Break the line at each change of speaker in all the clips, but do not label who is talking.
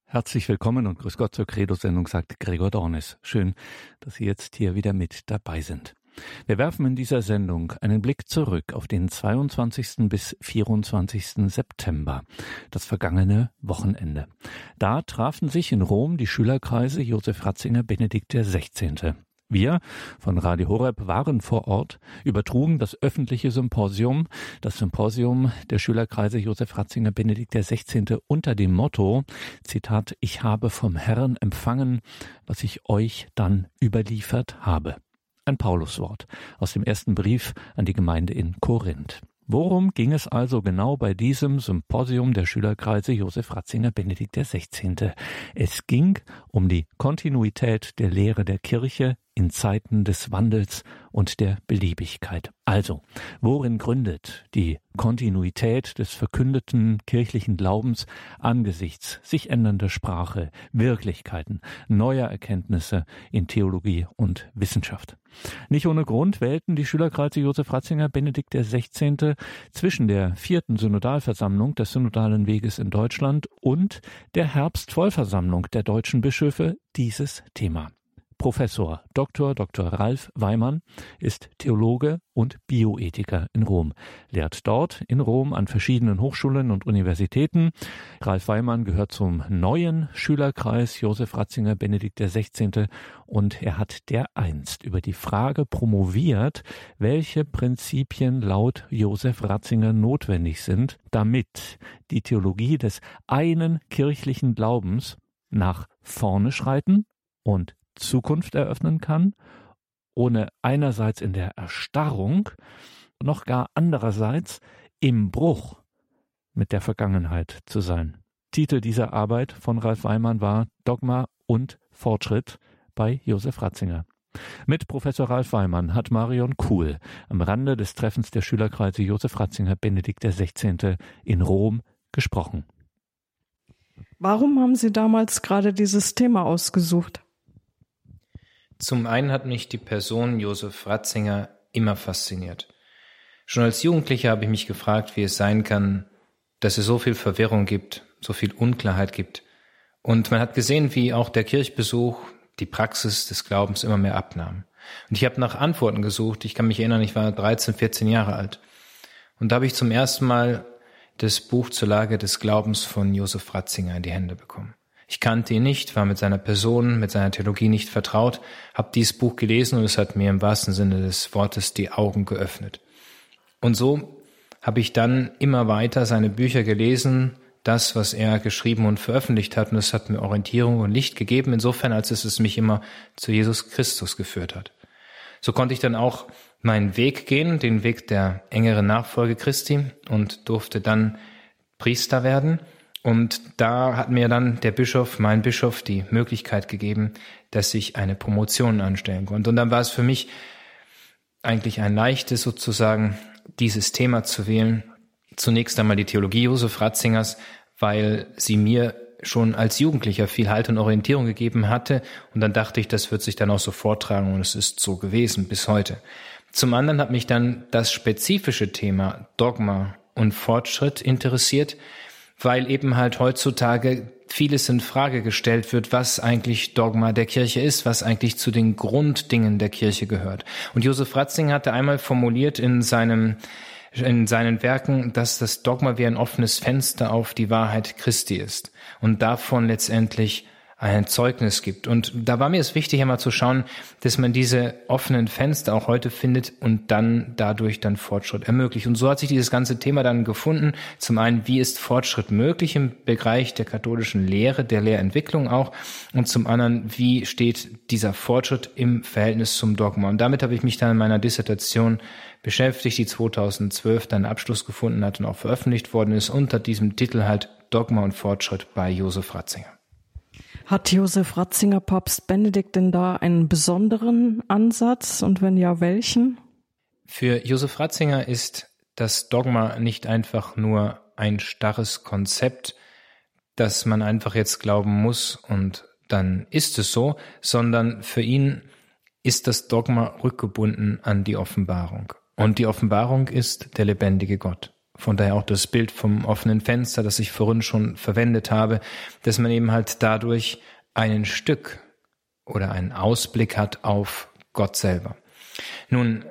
Herzlich willkommen und grüß Gott zur Credo-Sendung, sagt Gregor Dornis. Schön, dass Sie jetzt hier wieder mit dabei sind. Wir werfen in dieser Sendung einen Blick zurück auf den 22. bis 24. September, das vergangene Wochenende. Da trafen sich in Rom die Schülerkreise Josef Ratzinger Benedikt XVI. Wir von Radio Horeb waren vor Ort, übertrugen das öffentliche Symposium, das Symposium der Schülerkreise Josef Ratzinger Benedikt XVI. Unter dem Motto, Zitat, ich habe vom Herrn empfangen, was ich euch dann überliefert habe. Ein Pauluswort aus dem ersten Brief an die Gemeinde in Korinth. Worum ging es also genau bei diesem Symposium der Schülerkreise Josef Ratzinger Benedikt XVI.? Es ging um die Kontinuität der Lehre der Kirche in Zeiten des Wandels und der Beliebigkeit. Also, worin gründet die Kontinuität des verkündeten kirchlichen Glaubens angesichts sich ändernder Sprache, Wirklichkeiten, neuer Erkenntnisse in Theologie und Wissenschaft? Nicht ohne Grund wählten die Schülerkreise Josef Ratzinger Benedikt XVI. Zwischen der 4. Synodalversammlung des Synodalen Weges in Deutschland und der Herbstvollversammlung der deutschen Bischöfe dieses Thema. Professor Dr. Ralf Weimann ist Theologe und Bioethiker in Rom, lehrt dort in Rom an verschiedenen Hochschulen und Universitäten. Ralf Weimann gehört zum neuen Schülerkreis Josef Ratzinger Benedikt XVI. Und er hat dereinst über die Frage promoviert, welche Prinzipien laut Josef Ratzinger notwendig sind, damit die Theologie des einen kirchlichen Glaubens nach vorne schreiten und Zukunft eröffnen kann, ohne einerseits in der Erstarrung, noch gar andererseits im Bruch mit der Vergangenheit zu sein. Titel dieser Arbeit von Ralf Weimann war Dogma und Fortschritt bei Josef Ratzinger. Mit Professor Ralf Weimann hat Marion Kuhl am Rande des Treffens der Schülerkreise Josef Ratzinger Benedikt XVI. In Rom gesprochen.
Warum haben Sie damals gerade dieses Thema ausgesucht?
Zum einen hat mich die Person Josef Ratzinger immer fasziniert. Schon als Jugendlicher habe ich mich gefragt, wie es sein kann, dass es so viel Verwirrung gibt, so viel Unklarheit gibt. Und man hat gesehen, wie auch der Kirchbesuch, die Praxis des Glaubens immer mehr abnahm. Und ich habe nach Antworten gesucht. Ich kann mich erinnern, ich war 13, 14 Jahre alt. Und da habe ich zum ersten Mal das Buch zur Lage des Glaubens von Josef Ratzinger in die Hände bekommen. Ich kannte ihn nicht, war mit seiner Person, mit seiner Theologie nicht vertraut, habe dieses Buch gelesen und es hat mir im wahrsten Sinne des Wortes die Augen geöffnet. Und so habe ich dann immer weiter seine Bücher gelesen, das, was er geschrieben und veröffentlicht hat, und es hat mir Orientierung und Licht gegeben, insofern, als es mich immer zu Jesus Christus geführt hat. So konnte ich dann auch meinen Weg gehen, den Weg der engeren Nachfolge Christi, und durfte dann Priester werden. Und da hat mir dann mein Bischof, die Möglichkeit gegeben, dass ich eine Promotion anstellen konnte. Und dann war es für mich eigentlich ein leichtes, sozusagen dieses Thema zu wählen. Zunächst einmal die Theologie Josef Ratzingers, weil sie mir schon als Jugendlicher viel Halt und Orientierung gegeben hatte. Und dann dachte ich, das wird sich dann auch so vortragen, und es ist so gewesen bis heute. Zum anderen hat mich dann das spezifische Thema Dogma und Fortschritt interessiert, weil eben halt heutzutage vieles in Frage gestellt wird, was eigentlich Dogma der Kirche ist, was eigentlich zu den Grunddingen der Kirche gehört. Und Josef Ratzinger hatte einmal formuliert in seinen Werken, dass das Dogma wie ein offenes Fenster auf die Wahrheit Christi ist und davon letztendlich ein Zeugnis gibt. Und da war mir es wichtig, einmal zu schauen, dass man diese offenen Fenster auch heute findet und dann dadurch dann Fortschritt ermöglicht. Und so hat sich dieses ganze Thema dann gefunden. Zum einen, wie ist Fortschritt möglich im Bereich der katholischen Lehre, der Lehrentwicklung auch? Und zum anderen, wie steht dieser Fortschritt im Verhältnis zum Dogma? Und damit habe ich mich dann in meiner Dissertation beschäftigt, die 2012 dann Abschluss gefunden hat und auch veröffentlicht worden ist, unter diesem Titel halt Dogma und Fortschritt bei Josef Ratzinger.
Hat Josef Ratzinger Papst Benedikt denn da einen besonderen Ansatz, und wenn ja, welchen?
Für Josef Ratzinger ist das Dogma nicht einfach nur ein starres Konzept, das man einfach jetzt glauben muss und dann ist es so, sondern für ihn ist das Dogma rückgebunden an die Offenbarung. Und die Offenbarung ist der lebendige Gott. Von daher auch das Bild vom offenen Fenster, das ich vorhin schon verwendet habe, dass man eben halt dadurch ein Stück oder einen Ausblick hat auf Gott selber. Nun,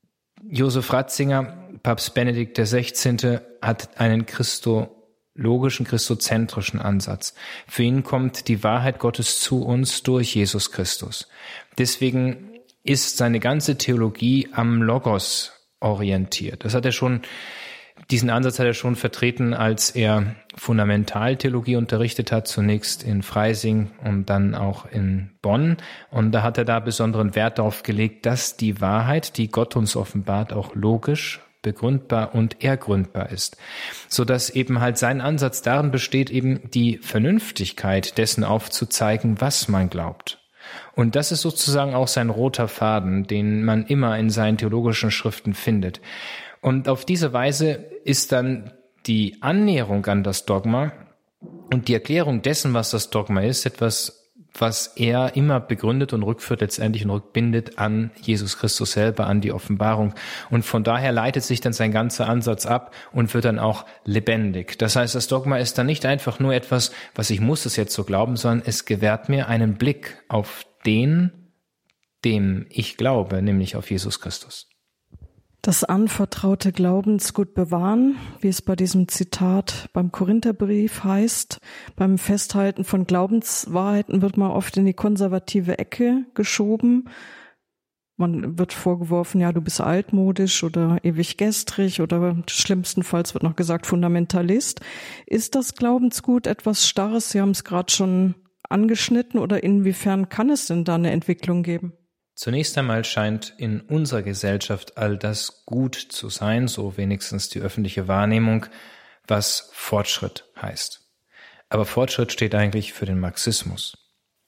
Josef Ratzinger, Papst Benedikt XVI., hat einen christologischen, christozentrischen Ansatz. Für ihn kommt die Wahrheit Gottes zu uns durch Jesus Christus. Deswegen ist seine ganze Theologie am Logos orientiert. Diesen Ansatz hat er schon vertreten, als er Fundamentaltheologie unterrichtet hat, zunächst in Freising und dann auch in Bonn. Und da hat er da besonderen Wert darauf gelegt, dass die Wahrheit, die Gott uns offenbart, auch logisch, begründbar und ergründbar ist. Sodass eben halt sein Ansatz darin besteht, eben die Vernünftigkeit dessen aufzuzeigen, was man glaubt. Und das ist sozusagen auch sein roter Faden, den man immer in seinen theologischen Schriften findet. Und auf diese Weise ist dann die Annäherung an das Dogma und die Erklärung dessen, was das Dogma ist, etwas, was er immer begründet und rückführt letztendlich und rückbindet an Jesus Christus selber, an die Offenbarung. Und von daher leitet sich dann sein ganzer Ansatz ab und wird dann auch lebendig. Das heißt, das Dogma ist dann nicht einfach nur etwas, was ich muss es jetzt so glauben, sondern es gewährt mir einen Blick auf den, dem ich glaube, nämlich auf Jesus Christus.
Das anvertraute Glaubensgut bewahren, wie es bei diesem Zitat beim Korintherbrief heißt. Beim Festhalten von Glaubenswahrheiten wird man oft in die konservative Ecke geschoben. Man wird vorgeworfen, ja, du bist altmodisch oder ewig gestrig oder schlimmstenfalls wird noch gesagt Fundamentalist. Ist das Glaubensgut etwas Starres? Sie haben es gerade schon angeschnitten, oder inwiefern kann es denn da eine Entwicklung geben?
Zunächst einmal scheint in unserer Gesellschaft all das gut zu sein, so wenigstens die öffentliche Wahrnehmung, was Fortschritt heißt. Aber Fortschritt steht eigentlich für den Marxismus.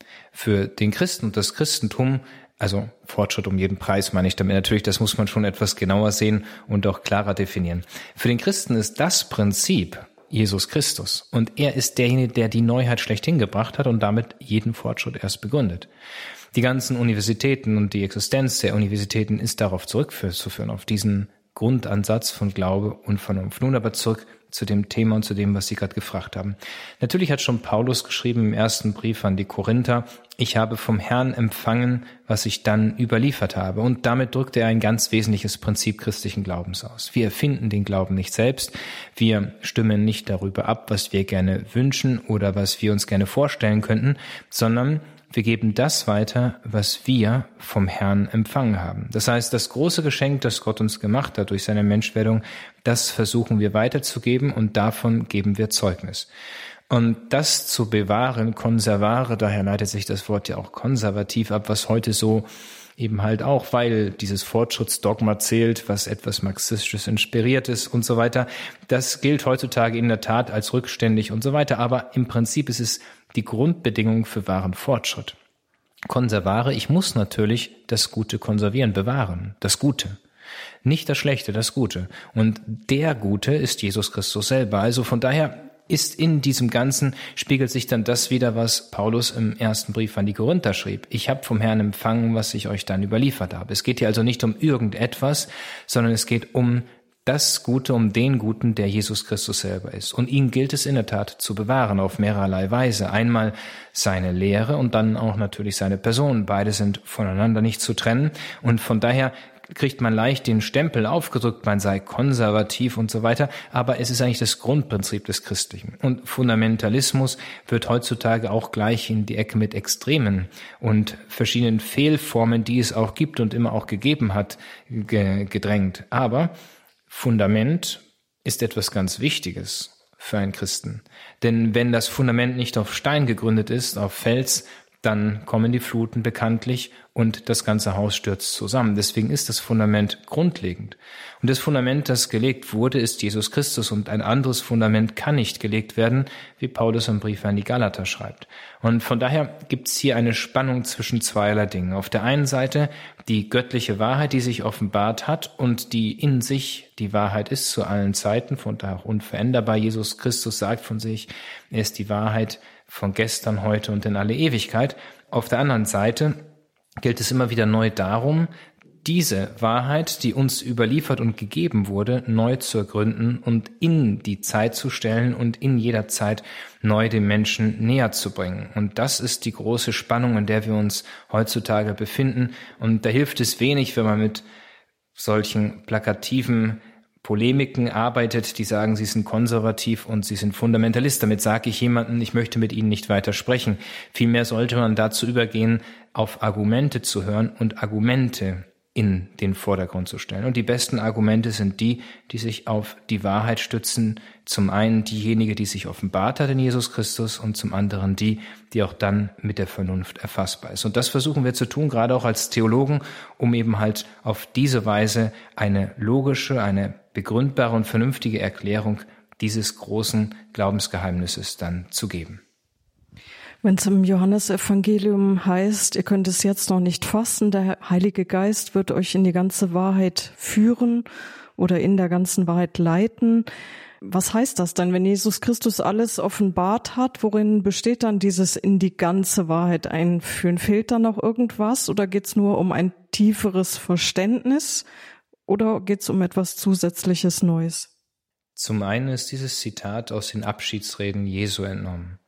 Für den Christen und das Christentum, also Fortschritt um jeden Preis meine ich damit natürlich, das muss man schon etwas genauer sehen und auch klarer definieren. Für den Christen ist das Prinzip Jesus Christus und er ist derjenige, der die Neuheit schlechthin gebracht hat und damit jeden Fortschritt erst begründet. Die ganzen Universitäten und die Existenz der Universitäten ist darauf zurückzuführen, auf diesen Grundansatz von Glaube und Vernunft. Nun aber zurück zu dem Thema und zu dem, was Sie gerade gefragt haben. Natürlich hat schon Paulus geschrieben im ersten Brief an die Korinther, ich habe vom Herrn empfangen, was ich dann überliefert habe. Und damit drückte er ein ganz wesentliches Prinzip christlichen Glaubens aus. Wir erfinden den Glauben nicht selbst. Wir stimmen nicht darüber ab, was wir gerne wünschen oder was wir uns gerne vorstellen könnten, sondern wir geben das weiter, was wir vom Herrn empfangen haben. Das heißt, das große Geschenk, das Gott uns gemacht hat durch seine Menschwerdung, das versuchen wir weiterzugeben und davon geben wir Zeugnis. Und das zu bewahren, conservare, daher leitet sich das Wort ja auch konservativ ab, was heute so eben halt auch, weil dieses Fortschrittsdogma zählt, was etwas Marxistisches inspiriert ist und so weiter. Das gilt heutzutage in der Tat als rückständig und so weiter, aber im Prinzip ist es die Grundbedingung für wahren Fortschritt. Konservare, ich muss natürlich das Gute konservieren, bewahren, das Gute. Nicht das Schlechte, das Gute. Und der Gute ist Jesus Christus selber. Also von daher ist in diesem Ganzen, spiegelt sich dann das wieder, was Paulus im ersten Brief an die Korinther schrieb. Ich habe vom Herrn empfangen, was ich euch dann überliefert habe. Es geht hier also nicht um irgendetwas, sondern es geht um das Gute, um den Guten, der Jesus Christus selber ist. Und ihn gilt es in der Tat zu bewahren auf mehrerlei Weise. Einmal seine Lehre und dann auch natürlich seine Person. Beide sind voneinander nicht zu trennen. Und von daher kriegt man leicht den Stempel aufgedrückt, man sei konservativ und so weiter. Aber es ist eigentlich das Grundprinzip des Christlichen. Und Fundamentalismus wird heutzutage auch gleich in die Ecke mit Extremen und verschiedenen Fehlformen, die es auch gibt und immer auch gegeben hat, gedrängt. Aber Fundament ist etwas ganz Wichtiges für einen Christen. Denn wenn das Fundament nicht auf Stein gegründet ist, auf Fels, dann kommen die Fluten bekanntlich und das ganze Haus stürzt zusammen. Deswegen ist das Fundament grundlegend. Und das Fundament, das gelegt wurde, ist Jesus Christus und ein anderes Fundament kann nicht gelegt werden, wie Paulus im Brief an die Galater schreibt. Und von daher gibt es hier eine Spannung zwischen zweierlei Dingen. Auf der einen Seite die göttliche Wahrheit, die sich offenbart hat und die in sich die Wahrheit ist zu allen Zeiten, von daher auch unveränderbar. Jesus Christus sagt von sich, er ist die Wahrheit von gestern, heute und in alle Ewigkeit. Auf der anderen Seite gilt es immer wieder neu darum, diese Wahrheit, die uns überliefert und gegeben wurde, neu zu ergründen und in die Zeit zu stellen und in jeder Zeit neu den Menschen näher zu bringen. Und das ist die große Spannung, in der wir uns heutzutage befinden. Und da hilft es wenig, wenn man mit solchen plakativen Polemiken arbeitet, die sagen, sie sind konservativ und sie sind Fundamentalist. Damit sage ich jemandem, ich möchte mit ihnen nicht weiter sprechen. Vielmehr sollte man dazu übergehen, auf Argumente zu hören und Argumente in den Vordergrund zu stellen. Und die besten Argumente sind die, die sich auf die Wahrheit stützen. Zum einen diejenige, die sich offenbart hat in Jesus Christus, und zum anderen die auch dann mit der Vernunft erfassbar ist. Und das versuchen wir zu tun, gerade auch als Theologen, um eben halt auf diese Weise eine logische, eine begründbare und vernünftige Erklärung dieses großen Glaubensgeheimnisses dann zu geben.
Wenn es im Johannesevangelium heißt, ihr könnt es jetzt noch nicht fassen, der Heilige Geist wird euch in die ganze Wahrheit führen oder in der ganzen Wahrheit leiten. Was heißt das denn, wenn Jesus Christus alles offenbart hat? Worin besteht dann dieses in die ganze Wahrheit einführen? Fehlt da noch irgendwas oder geht es nur um ein tieferes Verständnis oder geht es um etwas Zusätzliches Neues?
Zum einen ist dieses Zitat aus den Abschiedsreden Jesu entnommen.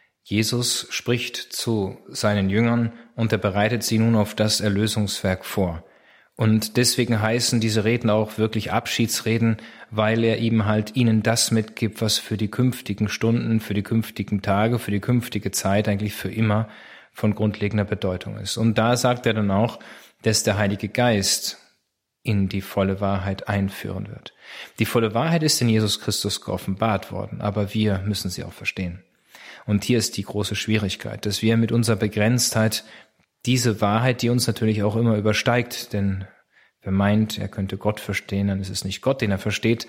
Jesus spricht zu seinen Jüngern und er bereitet sie nun auf das Erlösungswerk vor. Und deswegen heißen diese Reden auch wirklich Abschiedsreden, weil er eben halt ihnen das mitgibt, was für die künftigen Stunden, für die künftigen Tage, für die künftige Zeit eigentlich für immer von grundlegender Bedeutung ist. Und da sagt er dann auch, dass der Heilige Geist in die volle Wahrheit einführen wird. Die volle Wahrheit ist in Jesus Christus geoffenbart worden, aber wir müssen sie auch verstehen. Und hier ist die große Schwierigkeit, dass wir mit unserer Begrenztheit diese Wahrheit, die uns natürlich auch immer übersteigt, denn wer meint, er könnte Gott verstehen, dann ist es nicht Gott, den er versteht.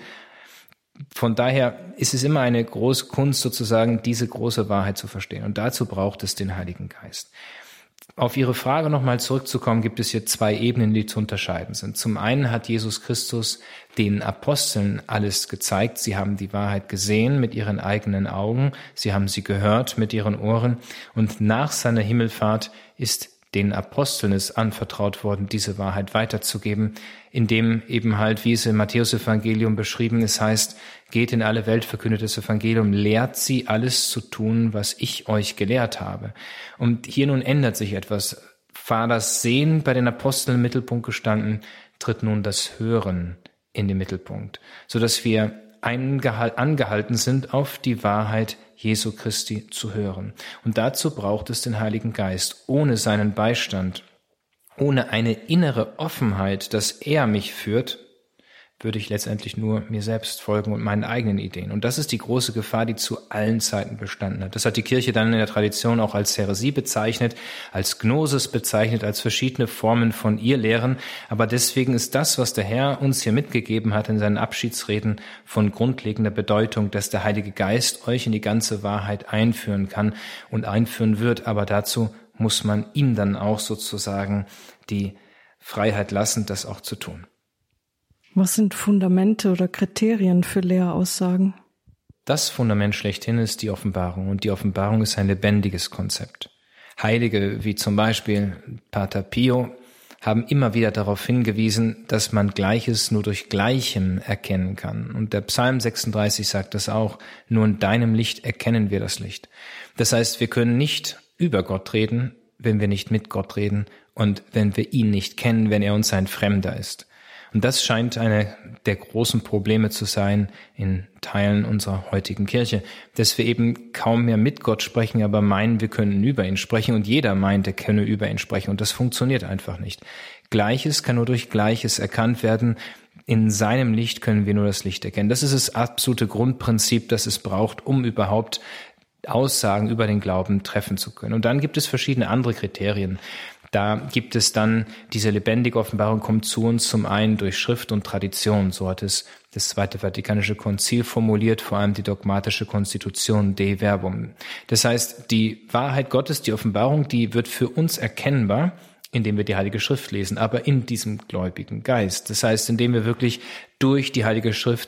Von daher ist es immer eine große Kunst sozusagen, diese große Wahrheit zu verstehen. Und dazu braucht es den Heiligen Geist. Auf Ihre Frage nochmal zurückzukommen, gibt es hier zwei Ebenen, die zu unterscheiden sind. Zum einen hat Jesus Christus den Aposteln alles gezeigt. Sie haben die Wahrheit gesehen mit ihren eigenen Augen. Sie haben sie gehört mit ihren Ohren. Und nach seiner Himmelfahrt ist den Aposteln es anvertraut worden, diese Wahrheit weiterzugeben, indem eben halt, wie es im Matthäus-Evangelium beschrieben ist, heißt, geht in alle Welt, verkündet das Evangelium, lehrt sie, alles zu tun, was ich euch gelehrt habe. Und hier nun ändert sich etwas. War das Sehen bei den Aposteln im Mittelpunkt gestanden, tritt nun das Hören in den Mittelpunkt, sodass wir angehalten sind, auf die Wahrheit Jesu Christi zu hören. Und dazu braucht es den Heiligen Geist. Ohne seinen Beistand, ohne eine innere Offenheit, dass er mich führt, würde ich letztendlich nur mir selbst folgen und meinen eigenen Ideen. Und das ist die große Gefahr, die zu allen Zeiten bestanden hat. Das hat die Kirche dann in der Tradition auch als Häresie bezeichnet, als Gnosis bezeichnet, als verschiedene Formen von Irrlehren. Aber deswegen ist das, was der Herr uns hier mitgegeben hat in seinen Abschiedsreden, von grundlegender Bedeutung, dass der Heilige Geist euch in die ganze Wahrheit einführen kann und einführen wird. Aber dazu muss man ihm dann auch sozusagen die Freiheit lassen, das auch zu tun.
Was sind Fundamente oder Kriterien für Lehraussagen?
Das Fundament schlechthin ist die Offenbarung, und die Offenbarung ist ein lebendiges Konzept. Heilige wie zum Beispiel Pater Pio haben immer wieder darauf hingewiesen, dass man Gleiches nur durch Gleichem erkennen kann. Und der Psalm 36 sagt das auch, nur in deinem Licht erkennen wir das Licht. Das heißt, wir können nicht über Gott reden, wenn wir nicht mit Gott reden und wenn wir ihn nicht kennen, wenn er uns ein Fremder ist. Und das scheint eine der großen Probleme zu sein in Teilen unserer heutigen Kirche, dass wir eben kaum mehr mit Gott sprechen, aber meinen, wir können über ihn sprechen, und jeder meint, er könne über ihn sprechen, und das funktioniert einfach nicht. Gleiches kann nur durch Gleiches erkannt werden. In seinem Licht können wir nur das Licht erkennen. Das ist das absolute Grundprinzip, das es braucht, um überhaupt Aussagen über den Glauben treffen zu können. Und dann gibt es verschiedene andere Kriterien. Da gibt es dann diese lebendige Offenbarung, kommt zu uns zum einen durch Schrift und Tradition. So hat es das Zweite Vatikanische Konzil formuliert, vor allem die dogmatische Konstitution Dei Verbum. Das heißt, die Wahrheit Gottes, die Offenbarung, die wird für uns erkennbar, indem wir die Heilige Schrift lesen, aber in diesem gläubigen Geist. Das heißt, indem wir wirklich durch die Heilige Schrift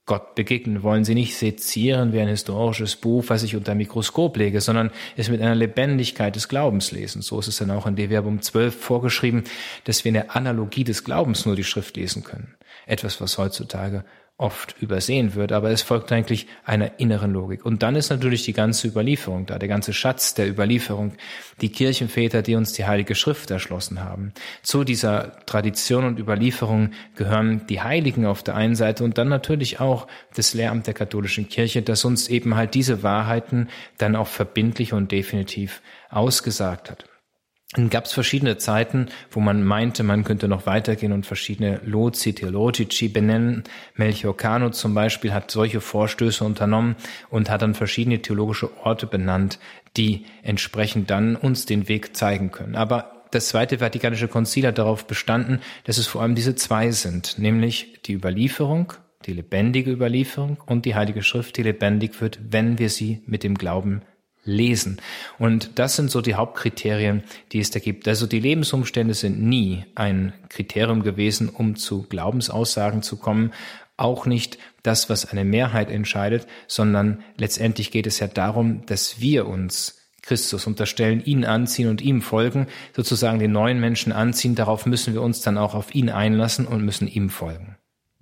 Gott begegnen, wollen sie nicht sezieren wie ein historisches Buch, was ich unter ein Mikroskop lege, sondern es mit einer Lebendigkeit des Glaubens lesen. So ist es dann auch in De Verbum 12 vorgeschrieben, dass wir in der Analogie des Glaubens nur die Schrift lesen können. Etwas, was heutzutage oft übersehen wird, aber es folgt eigentlich einer inneren Logik. Und dann ist natürlich die ganze Überlieferung da, der ganze Schatz der Überlieferung, die Kirchenväter, die uns die Heilige Schrift erschlossen haben. Zu dieser Tradition und Überlieferung gehören die Heiligen auf der einen Seite und dann natürlich auch das Lehramt der katholischen Kirche, das uns eben halt diese Wahrheiten dann auch verbindlich und definitiv ausgesagt hat. Dann gab es verschiedene Zeiten, wo man meinte, man könnte noch weitergehen und verschiedene Loci Theologici benennen. Melchior Cano zum Beispiel hat solche Vorstöße unternommen und hat dann verschiedene theologische Orte benannt, die entsprechend dann uns den Weg zeigen können. Aber das Zweite Vatikanische Konzil hat darauf bestanden, dass es vor allem diese zwei sind, nämlich die Überlieferung, die lebendige Überlieferung und die Heilige Schrift, die lebendig wird, wenn wir sie mit dem Glauben lesen. Und das sind so die Hauptkriterien, die es da gibt. Also die Lebensumstände sind nie ein Kriterium gewesen, um zu Glaubensaussagen zu kommen. Auch nicht das, was eine Mehrheit entscheidet, sondern letztendlich geht es ja darum, dass wir uns Christus unterstellen, ihn anziehen und ihm folgen, sozusagen den neuen Menschen anziehen. Darauf müssen wir uns dann auch auf ihn einlassen und müssen ihm folgen.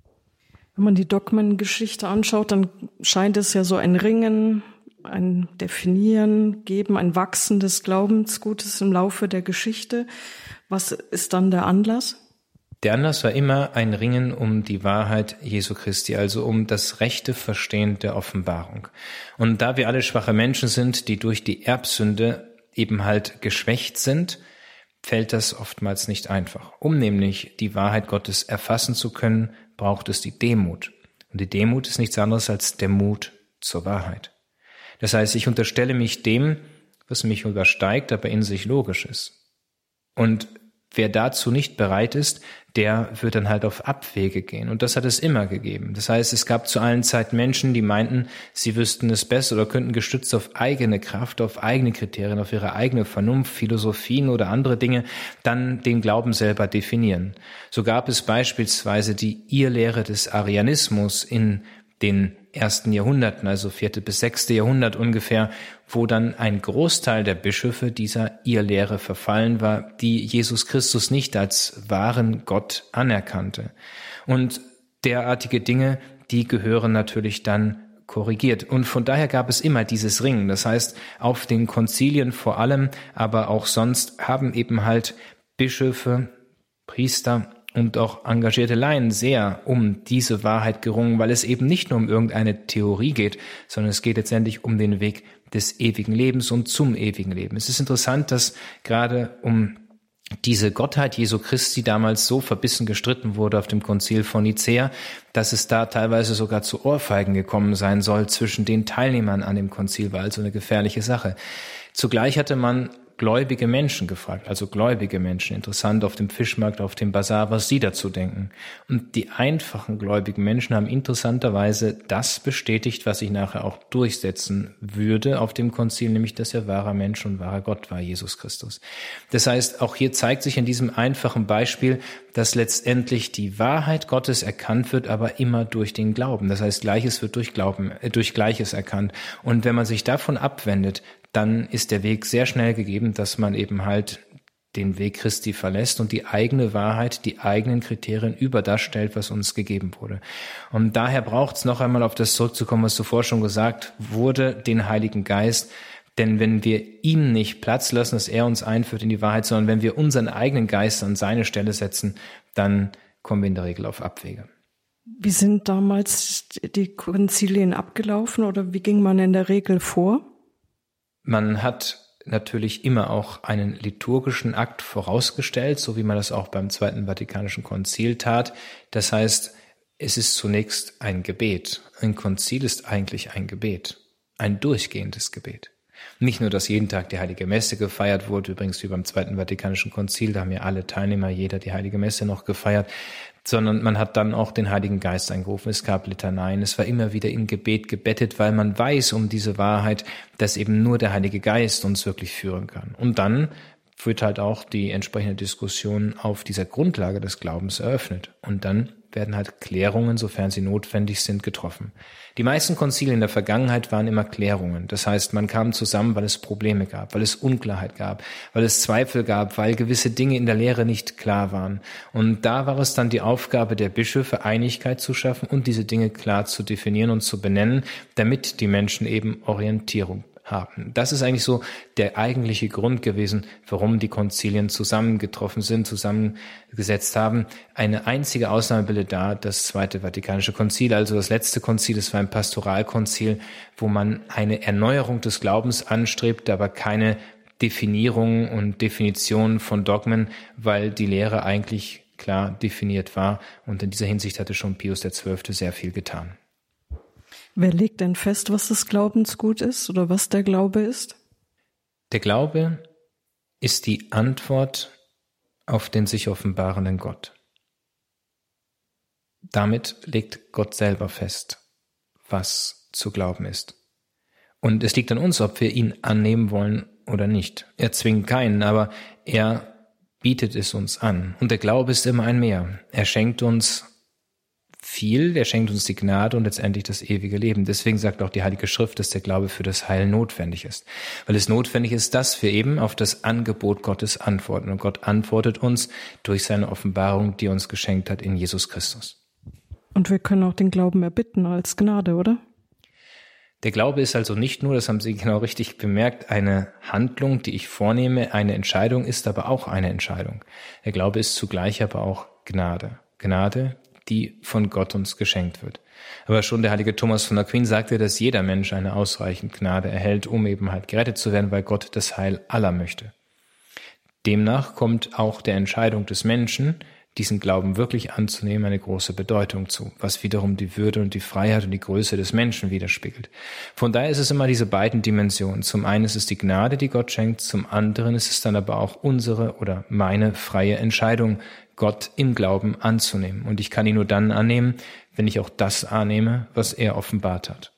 Wenn man die Dogmengeschichte anschaut, dann scheint es ja so ein Ringen, ein Definieren, Geben, ein Wachsen des Glaubensgutes im Laufe der Geschichte. Was ist dann der Anlass?
Der Anlass war immer ein Ringen um die Wahrheit Jesu Christi, also um das rechte Verstehen der Offenbarung. Und da wir alle schwache Menschen sind, die durch die Erbsünde eben halt geschwächt sind, fällt das oftmals nicht einfach. Um nämlich die Wahrheit Gottes erfassen zu können, braucht es die Demut. Und die Demut ist nichts anderes als der Mut zur Wahrheit. Das heißt, ich unterstelle mich dem, was mich übersteigt, aber in sich logisch ist. Und wer dazu nicht bereit ist, der wird dann halt auf Abwege gehen. Und das hat es immer gegeben. Das heißt, es gab zu allen Zeiten Menschen, die meinten, sie wüssten es besser oder könnten gestützt auf eigene Kraft, auf eigene Kriterien, auf ihre eigene Vernunft, Philosophien oder andere Dinge dann den Glauben selber definieren. So gab es beispielsweise die Irrlehre des Arianismus in den ersten Jahrhunderten, also 4. bis 6. Jahrhundert ungefähr, wo dann ein Großteil der Bischöfe dieser Irrlehre verfallen war, die Jesus Christus nicht als wahren Gott anerkannte. Und derartige Dinge, die gehören natürlich dann korrigiert. Und von daher gab es immer dieses Ringen. Das heißt, auf den Konzilien vor allem, aber auch sonst haben eben halt Bischöfe, Priester und auch engagierte Laien sehr um diese Wahrheit gerungen, weil es eben nicht nur um irgendeine Theorie geht, sondern es geht letztendlich um den Weg des ewigen Lebens und zum ewigen Leben. Es ist interessant, dass gerade um diese Gottheit Jesu Christi damals so verbissen gestritten wurde auf dem Konzil von Nicäa, dass es da teilweise sogar zu Ohrfeigen gekommen sein soll zwischen den Teilnehmern an dem Konzil, war also eine gefährliche Sache. Zugleich hatte man gläubige Menschen gefragt, also gläubige Menschen, interessant auf dem Fischmarkt, auf dem Bazar, was sie dazu denken. Und die einfachen gläubigen Menschen haben interessanterweise das bestätigt, was sich nachher auch durchsetzen würde auf dem Konzil, nämlich, dass er wahrer Mensch und wahrer Gott war, Jesus Christus. Das heißt, auch hier zeigt sich in diesem einfachen Beispiel, dass letztendlich die Wahrheit Gottes erkannt wird, aber immer durch den Glauben. Das heißt, Gleiches wird durch Gleiches erkannt. Und wenn man sich davon abwendet, dann ist der Weg sehr schnell gegeben, dass man eben halt den Weg Christi verlässt und die eigene Wahrheit, die eigenen Kriterien über das stellt, was uns gegeben wurde. Und daher braucht es noch einmal auf das zurückzukommen, was zuvor schon gesagt wurde, den Heiligen Geist. Denn wenn wir ihm nicht Platz lassen, dass er uns einführt in die Wahrheit, sondern wenn wir unseren eigenen Geist an seine Stelle setzen, dann kommen wir in der Regel auf Abwege.
Wie sind damals die Konzilien abgelaufen oder wie ging man in der Regel vor?
Man hat natürlich immer auch einen liturgischen Akt vorausgestellt, so wie man das auch beim Zweiten Vatikanischen Konzil tat. Das heißt, es ist zunächst ein Gebet. Ein Konzil ist eigentlich ein Gebet, ein durchgehendes Gebet. Nicht nur, dass jeden Tag die Heilige Messe gefeiert wurde, übrigens wie beim Zweiten Vatikanischen Konzil, da haben ja alle Teilnehmer, jeder die Heilige Messe noch gefeiert, sondern man hat dann auch den Heiligen Geist eingerufen. Es gab Litaneien, es war immer wieder in Gebet gebettet, weil man weiß um diese Wahrheit, dass eben nur der Heilige Geist uns wirklich führen kann. Und dann wird halt auch die entsprechende Diskussion auf dieser Grundlage des Glaubens eröffnet. Und dann werden halt Klärungen, sofern sie notwendig sind, getroffen. Die meisten Konzile in der Vergangenheit waren immer Klärungen. Das heißt, man kam zusammen, weil es Probleme gab, weil es Unklarheit gab, weil es Zweifel gab, weil gewisse Dinge in der Lehre nicht klar waren. Und da war es dann die Aufgabe der Bischöfe, Einigkeit zu schaffen und diese Dinge klar zu definieren und zu benennen, damit die Menschen eben Orientierung haben. Das ist eigentlich so der eigentliche Grund gewesen, warum die Konzilien zusammengetroffen sind, zusammengesetzt haben. Eine einzige Ausnahme bildet da das Zweite Vatikanische Konzil, also das letzte Konzil, das war ein Pastoralkonzil, wo man eine Erneuerung des Glaubens anstrebt, aber keine Definierung und Definition von Dogmen, weil die Lehre eigentlich klar definiert war. Und in dieser Hinsicht hatte schon Pius XII. Sehr viel getan.
Wer legt denn fest, was das Glaubensgut ist oder was der Glaube ist?
Der Glaube ist die Antwort auf den sich offenbarenden Gott. Damit legt Gott selber fest, was zu glauben ist. Und es liegt an uns, ob wir ihn annehmen wollen oder nicht. Er zwingt keinen, aber er bietet es uns an. Und der Glaube ist immer ein Mehr. Er schenkt uns viel, er schenkt uns die Gnade und letztendlich das ewige Leben. Deswegen sagt auch die Heilige Schrift, dass der Glaube für das Heil notwendig ist. Weil es notwendig ist, dass wir eben auf das Angebot Gottes antworten. Und Gott antwortet uns durch seine Offenbarung, die er uns geschenkt hat in Jesus Christus.
Und wir können auch den Glauben erbitten als Gnade, oder?
Der Glaube ist also nicht nur, das haben Sie genau richtig bemerkt, eine Handlung, die ich vornehme, eine Entscheidung ist aber auch eine Entscheidung. Der Glaube ist zugleich aber auch Gnade. Gnade, die von Gott uns geschenkt wird. Aber schon der heilige Thomas von Aquin sagte, dass jeder Mensch eine ausreichend Gnade erhält, um eben halt gerettet zu werden, weil Gott das Heil aller möchte. Demnach kommt auch der Entscheidung des Menschen, diesen Glauben wirklich anzunehmen, eine große Bedeutung zu, was wiederum die Würde und die Freiheit und die Größe des Menschen widerspiegelt. Von daher ist es immer diese beiden Dimensionen. Zum einen ist es die Gnade, die Gott schenkt, zum anderen ist es dann aber auch unsere oder meine freie Entscheidung, Gott im Glauben anzunehmen. Und ich kann ihn nur dann annehmen, wenn ich auch das annehme, was er offenbart hat.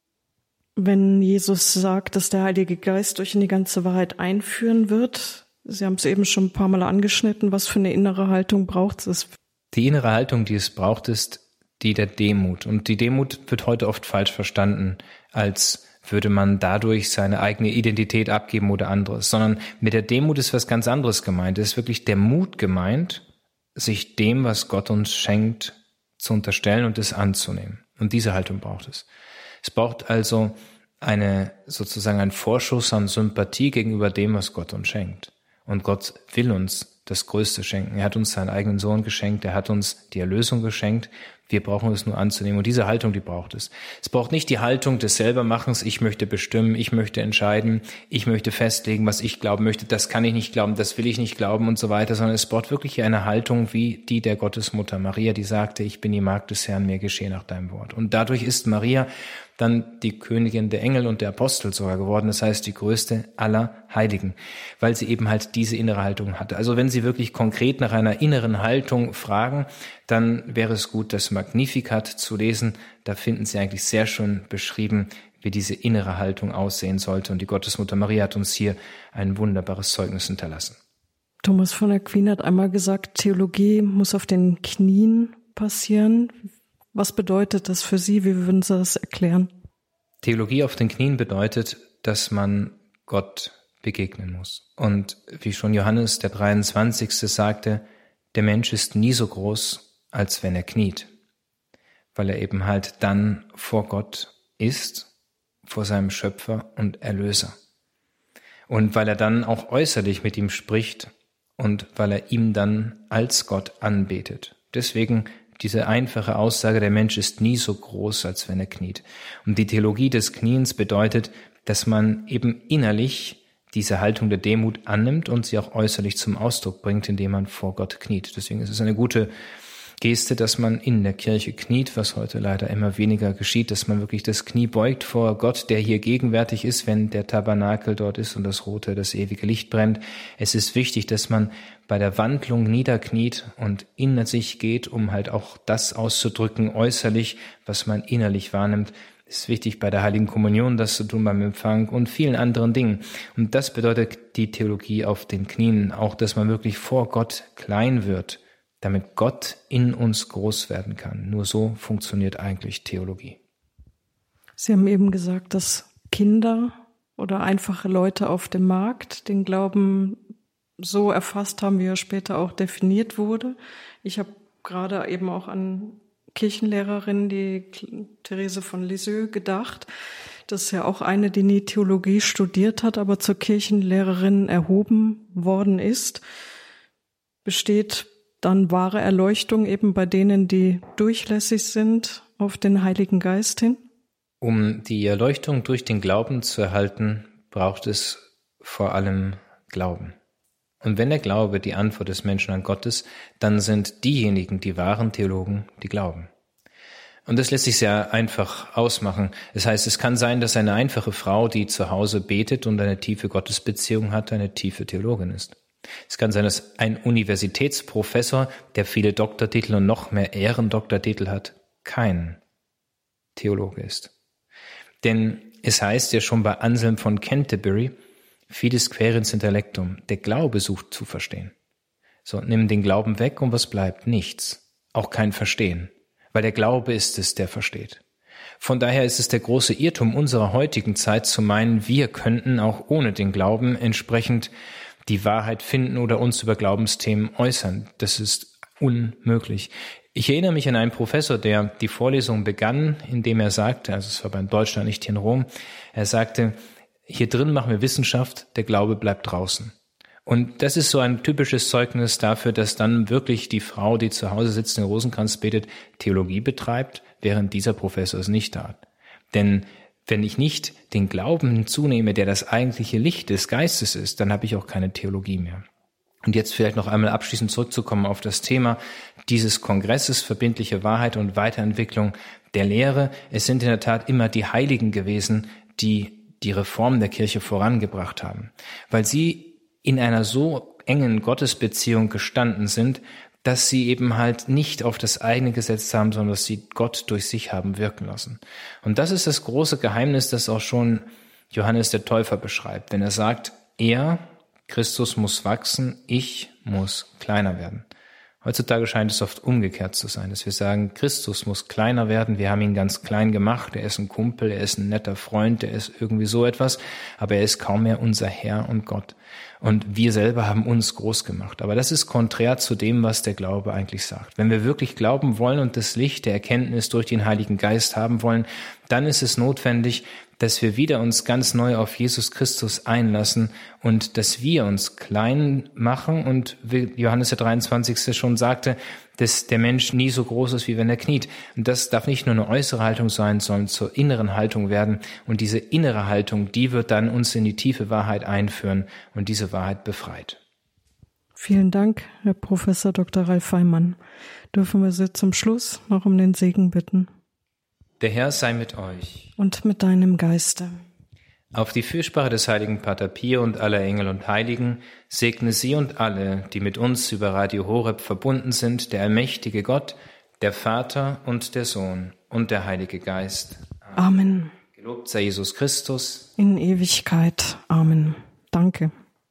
Wenn Jesus sagt, dass der Heilige Geist euch in die ganze Wahrheit einführen wird, Sie haben es eben schon ein paar Mal angeschnitten, was für eine innere Haltung braucht es?
Die innere Haltung, die es braucht, ist die der Demut. Und die Demut wird heute oft falsch verstanden, als würde man dadurch seine eigene Identität abgeben oder anderes, sondern mit der Demut ist was ganz anderes gemeint. Es ist wirklich der Mut gemeint, sich dem, was Gott uns schenkt, zu unterstellen und es anzunehmen. Und diese Haltung braucht es. Es braucht also sozusagen einen Vorschuss an Sympathie gegenüber dem, was Gott uns schenkt. Und Gott will uns das Größte schenken. Er hat uns seinen eigenen Sohn geschenkt, er hat uns die Erlösung geschenkt. Wir brauchen es nur anzunehmen. Und diese Haltung, die braucht es. Es braucht nicht die Haltung des Selbermachens, ich möchte bestimmen, ich möchte entscheiden, ich möchte festlegen, was ich glauben möchte, das kann ich nicht glauben, das will ich nicht glauben und so weiter, sondern es braucht wirklich eine Haltung wie die der Gottesmutter Maria, die sagte, ich bin die Magd des Herrn, mir geschehe nach deinem Wort. Und dadurch ist Maria dann die Königin der Engel und der Apostel sogar geworden, das heißt die größte aller Heiligen, weil sie eben halt diese innere Haltung hatte. Also wenn Sie wirklich konkret nach einer inneren Haltung fragen, dann wäre es gut, das Magnificat zu lesen. Da finden Sie eigentlich sehr schön beschrieben, wie diese innere Haltung aussehen sollte. Und die Gottesmutter Maria hat uns hier ein wunderbares Zeugnis hinterlassen.
Thomas von Aquin hat einmal gesagt, Theologie muss auf den Knien passieren. Was bedeutet das für Sie? Wie würden Sie das erklären?
Theologie auf den Knien bedeutet, dass man Gott begegnen muss. Und wie schon Johannes der 23. sagte, der Mensch ist nie so groß, als wenn er kniet, weil er eben halt dann vor Gott ist, vor seinem Schöpfer und Erlöser. Und weil er dann auch äußerlich mit ihm spricht und weil er ihm dann als Gott anbetet. Deswegen diese einfache Aussage, der Mensch ist nie so groß, als wenn er kniet. Und die Theologie des Kniens bedeutet, dass man eben innerlich diese Haltung der Demut annimmt und sie auch äußerlich zum Ausdruck bringt, indem man vor Gott kniet. Deswegen ist es eine gute Geste, dass man in der Kirche kniet, was heute leider immer weniger geschieht, dass man wirklich das Knie beugt vor Gott, der hier gegenwärtig ist, wenn der Tabernakel dort ist und das rote, das ewige Licht brennt. Es ist wichtig, dass man bei der Wandlung niederkniet und in sich geht, um halt auch das auszudrücken, äußerlich, was man innerlich wahrnimmt. Es ist wichtig, bei der Heiligen Kommunion das zu tun, beim Empfang und vielen anderen Dingen. Und das bedeutet die Theologie auf den Knien, auch, dass man wirklich vor Gott klein wird, damit Gott in uns groß werden kann. Nur so funktioniert eigentlich Theologie.
Sie haben eben gesagt, dass Kinder oder einfache Leute auf dem Markt den Glauben so erfasst haben, wie er später auch definiert wurde. Ich habe gerade eben auch an Kirchenlehrerin, die Therese von Lisieux, gedacht. Das ist ja auch eine, die nie Theologie studiert hat, aber zur Kirchenlehrerin erhoben worden ist. Besteht dann wahre Erleuchtung eben bei denen, die durchlässig sind auf den Heiligen Geist hin?
Um die Erleuchtung durch den Glauben zu erhalten, braucht es vor allem Glauben. Und wenn der Glaube die Antwort des Menschen an Gott ist, dann sind diejenigen, die wahren Theologen, die glauben. Und das lässt sich sehr einfach ausmachen. Das heißt, es kann sein, dass eine einfache Frau, die zu Hause betet und eine tiefe Gottesbeziehung hat, eine tiefe Theologin ist. Es kann sein, dass ein Universitätsprofessor, der viele Doktortitel und noch mehr Ehrendoktortitel hat, kein Theologe ist. Denn es heißt ja schon bei Anselm von Canterbury, fides quaerens intellectum, der Glaube sucht zu verstehen. So, nimm den Glauben weg und was bleibt? Nichts. Auch kein Verstehen. Weil der Glaube ist es, der versteht. Von daher ist es der große Irrtum unserer heutigen Zeit zu meinen, wir könnten auch ohne den Glauben entsprechend die Wahrheit finden oder uns über Glaubensthemen äußern. Das ist unmöglich. Ich erinnere mich an einen Professor, der die Vorlesung begann, indem er sagte, also es war in Deutschland, nicht hier in Rom, er sagte, hier drin machen wir Wissenschaft, der Glaube bleibt draußen. Und das ist so ein typisches Zeugnis dafür, dass dann wirklich die Frau, die zu Hause sitzt, den Rosenkranz betet, Theologie betreibt, während dieser Professor es nicht tat. Denn wenn ich nicht den Glauben hinzunehme, der das eigentliche Licht des Geistes ist, dann habe ich auch keine Theologie mehr. Und jetzt vielleicht noch einmal abschließend zurückzukommen auf das Thema dieses Kongresses, verbindliche Wahrheit und Weiterentwicklung der Lehre. Es sind in der Tat immer die Heiligen gewesen, die die Reform der Kirche vorangebracht haben, weil sie in einer so engen Gottesbeziehung gestanden sind, dass sie eben halt nicht auf das eigene gesetzt haben, sondern dass sie Gott durch sich haben wirken lassen. Und das ist das große Geheimnis, das auch schon Johannes der Täufer beschreibt, wenn er sagt, Christus muss wachsen, ich muss kleiner werden. Heutzutage scheint es oft umgekehrt zu sein, dass wir sagen, Christus muss kleiner werden, wir haben ihn ganz klein gemacht, er ist ein Kumpel, er ist ein netter Freund, er ist irgendwie so etwas, aber er ist kaum mehr unser Herr und Gott. Und wir selber haben uns groß gemacht. Aber das ist konträr zu dem, was der Glaube eigentlich sagt. Wenn wir wirklich glauben wollen und das Licht der Erkenntnis durch den Heiligen Geist haben wollen, dann ist es notwendig, dass wir wieder uns ganz neu auf Jesus Christus einlassen und dass wir uns klein machen und wie Johannes der 23. schon sagte, dass der Mensch nie so groß ist, wie wenn er kniet. Und das darf nicht nur eine äußere Haltung sein, sondern zur inneren Haltung werden. Und diese innere Haltung, die wird dann uns in die tiefe Wahrheit einführen und diese Wahrheit befreit.
Vielen Dank, Herr Professor Dr. Ralf Feimann. Dürfen wir Sie zum Schluss noch um den Segen bitten?
Der Herr sei mit euch.
Und mit deinem Geiste.
Auf die Fürsprache des heiligen Pater Pio und aller Engel und Heiligen segne Sie und alle, die mit uns über Radio Horeb verbunden sind, der allmächtige Gott, der Vater und der Sohn und der Heilige Geist.
Amen.
Gelobt sei Jesus Christus.
In Ewigkeit. Amen. Danke.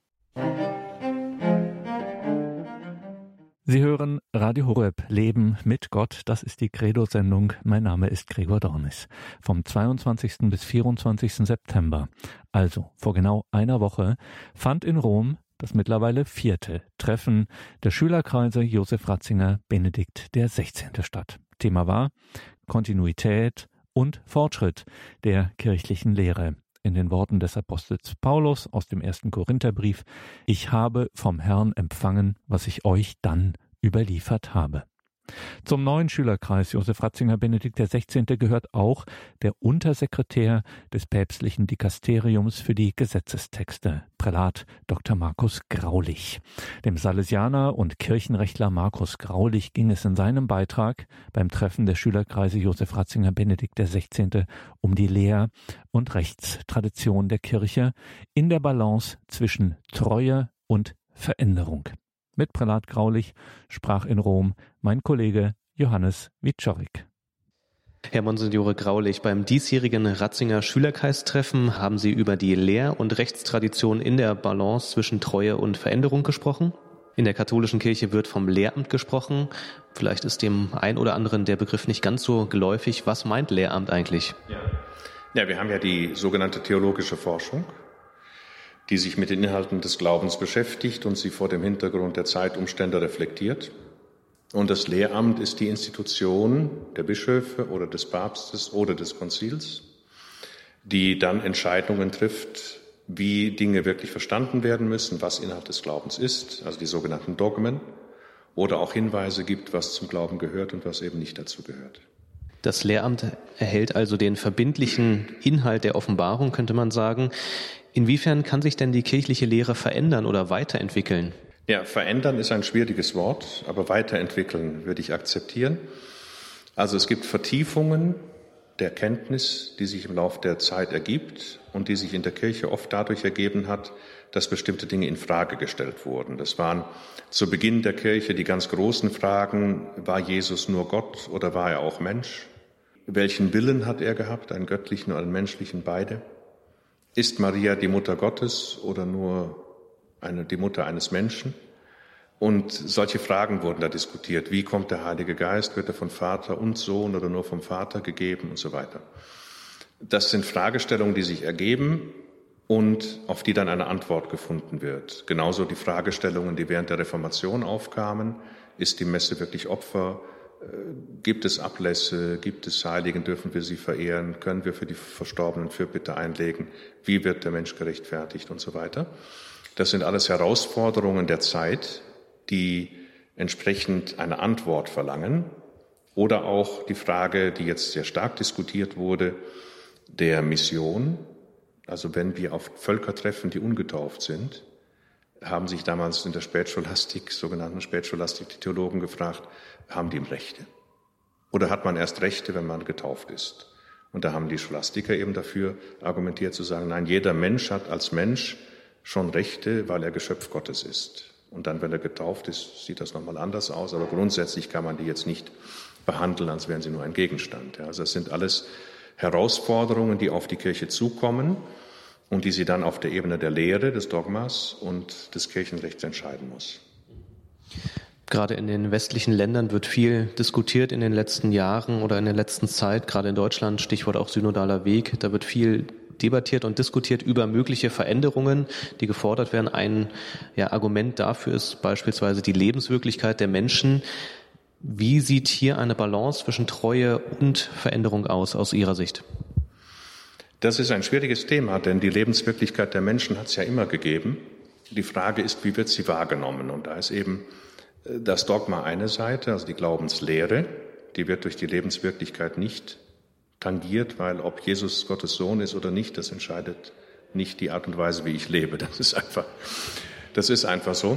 Sie hören Radio Horeb, Leben mit Gott. Das ist die Credo-Sendung. Mein Name ist Gregor Dornis. Vom 22. bis 24. September, also vor genau einer Woche, fand in Rom das mittlerweile 4. Treffen der Schülerkreise Josef Ratzinger Benedikt der 16. statt. Thema war Kontinuität und Fortschritt der kirchlichen Lehre. In den Worten des Apostels Paulus aus dem 1. Korintherbrief: Ich habe vom Herrn empfangen, was ich euch dann überliefert habe. Zum neuen Schülerkreis Josef Ratzinger Benedikt der 16. gehört auch der Untersekretär des päpstlichen Dikasteriums für die Gesetzestexte, Prälat Dr. Markus Graulich. Dem Salesianer und Kirchenrechtler Markus Graulich ging es in seinem Beitrag beim Treffen der Schülerkreise Josef Ratzinger Benedikt der 16. um die Lehr- und Rechtstradition der Kirche in der Balance zwischen Treue und Veränderung. Mit Prälat Graulich sprach in Rom mein Kollege Johannes Wiczorek.
Herr Monsignore Graulich, beim diesjährigen Ratzinger Schülerkreistreffen haben Sie über die Lehr- und Rechtstradition in der Balance zwischen Treue und Veränderung gesprochen? In der katholischen Kirche wird vom Lehramt gesprochen. Vielleicht ist dem einen oder anderen der Begriff nicht ganz so geläufig. Was meint Lehramt eigentlich?
Ja, wir haben ja die sogenannte theologische Forschung, die sich mit den Inhalten des Glaubens beschäftigt und sie vor dem Hintergrund der Zeitumstände reflektiert. Und das Lehramt ist die Institution der Bischöfe oder des Papstes oder des Konzils, die dann Entscheidungen trifft, wie Dinge wirklich verstanden werden müssen, was Inhalt des Glaubens ist, also die sogenannten Dogmen, oder auch Hinweise gibt, was zum Glauben gehört und was eben nicht dazu gehört.
Das Lehramt erhält also den verbindlichen Inhalt der Offenbarung, könnte man sagen. Inwiefern kann sich denn die kirchliche Lehre verändern oder weiterentwickeln?
Ja, verändern ist ein schwieriges Wort, aber weiterentwickeln würde ich akzeptieren. Also es gibt Vertiefungen der Kenntnis, die sich im Laufe der Zeit ergibt und die sich in der Kirche oft dadurch ergeben hat, dass bestimmte Dinge in Frage gestellt wurden. Das waren zu Beginn der Kirche die ganz großen Fragen: War Jesus nur Gott oder war er auch Mensch? Welchen Willen hat er gehabt, einen göttlichen oder einen menschlichen, beide? Ist Maria die Mutter Gottes oder nur die Mutter eines Menschen? Und solche Fragen wurden da diskutiert. Wie kommt der Heilige Geist? Wird er von Vater und Sohn oder nur vom Vater gegeben und so weiter? Das sind Fragestellungen, die sich ergeben und auf die dann eine Antwort gefunden wird. Genauso die Fragestellungen, die während der Reformation aufkamen. Ist die Messe wirklich Opfer? Gibt es Ablässe? Gibt es Heiligen? Dürfen wir sie verehren? Können wir für die Verstorbenen Fürbitte einlegen? Wie wird der Mensch gerechtfertigt und so weiter? Das sind alles Herausforderungen der Zeit, die entsprechend eine Antwort verlangen. Oder auch die Frage, die jetzt sehr stark diskutiert wurde, der Mission. Also wenn wir auf Völker treffen, die ungetauft sind, haben sich damals in der Spätscholastik, sogenannten Spätscholastik, die Theologen gefragt, haben die Rechte? Oder hat man erst Rechte, wenn man getauft ist? Und da haben die Scholastiker eben dafür argumentiert zu sagen, nein, jeder Mensch hat als Mensch schon Rechte, weil er Geschöpf Gottes ist. Und dann, wenn er getauft ist, sieht das nochmal anders aus. Aber grundsätzlich kann man die jetzt nicht behandeln, als wären sie nur ein Gegenstand. Also das sind alles Herausforderungen, die auf die Kirche zukommen und die sie dann auf der Ebene der Lehre, des Dogmas und des Kirchenrechts entscheiden muss.
Gerade in den westlichen Ländern wird viel diskutiert in den letzten Jahren oder in der letzten Zeit, gerade in Deutschland, Stichwort auch synodaler Weg, da wird viel debattiert und diskutiert über mögliche Veränderungen, die gefordert werden. Ein Argument dafür ist beispielsweise die Lebenswirklichkeit der Menschen. Wie sieht hier eine Balance zwischen Treue und Veränderung aus Ihrer Sicht?
Das ist ein schwieriges Thema, denn die Lebenswirklichkeit der Menschen hat es ja immer gegeben. Die Frage ist, wie wird sie wahrgenommen? Und da ist eben das Dogma eine Seite, also die Glaubenslehre, die wird durch die Lebenswirklichkeit nicht tangiert, weil ob Jesus Gottes Sohn ist oder nicht, das entscheidet nicht die Art und Weise, wie ich lebe. Das ist einfach so.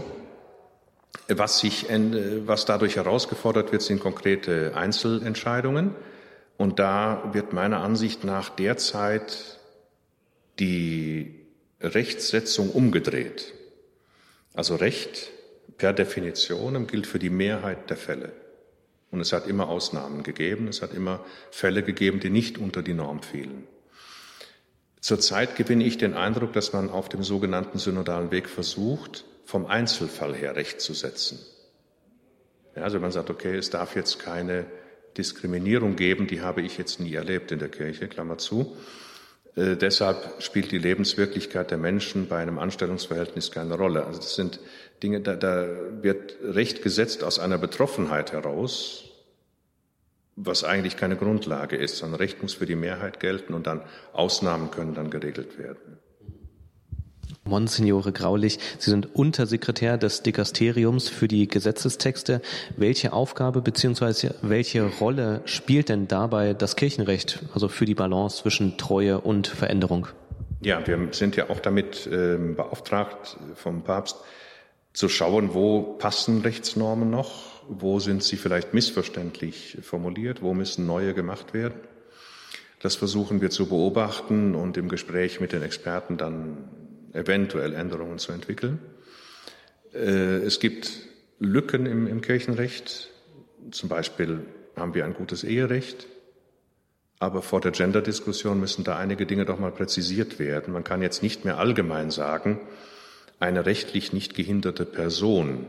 Was dadurch herausgefordert wird, sind konkrete Einzelentscheidungen. Und da wird meiner Ansicht nach derzeit die Rechtssetzung umgedreht. Also Recht per Definition gilt für die Mehrheit der Fälle. Und es hat immer Ausnahmen gegeben, es hat immer Fälle gegeben, die nicht unter die Norm fielen. Zurzeit gewinne ich den Eindruck, dass man auf dem sogenannten synodalen Weg versucht, vom Einzelfall her Recht zu setzen. Ja, also man sagt, okay, es darf jetzt keine Diskriminierung geben, die habe ich jetzt nie erlebt in der Kirche, Klammer zu. Deshalb spielt die Lebenswirklichkeit der Menschen bei einem Anstellungsverhältnis keine Rolle. Also das sind Dinge, da wird Recht gesetzt aus einer Betroffenheit heraus, was eigentlich keine Grundlage ist, sondern Recht muss für die Mehrheit gelten und dann Ausnahmen können dann geregelt werden.
Monsignore Graulich, Sie sind Untersekretär des Dikasteriums für die Gesetzestexte. Welche Aufgabe bzw. welche Rolle spielt denn dabei das Kirchenrecht, also für die Balance zwischen Treue und Veränderung?
Ja, wir sind ja auch damit beauftragt vom Papst, zu schauen, wo passen Rechtsnormen noch, wo sind sie vielleicht missverständlich formuliert, wo müssen neue gemacht werden. Das versuchen wir zu beobachten und im Gespräch mit den Experten dann eventuell Änderungen zu entwickeln. Es gibt Lücken im Kirchenrecht. Zum Beispiel haben wir ein gutes Eherecht. Aber vor der Gender-Diskussion müssen da einige Dinge doch mal präzisiert werden. Man kann jetzt nicht mehr allgemein sagen, eine rechtlich nicht gehinderte Person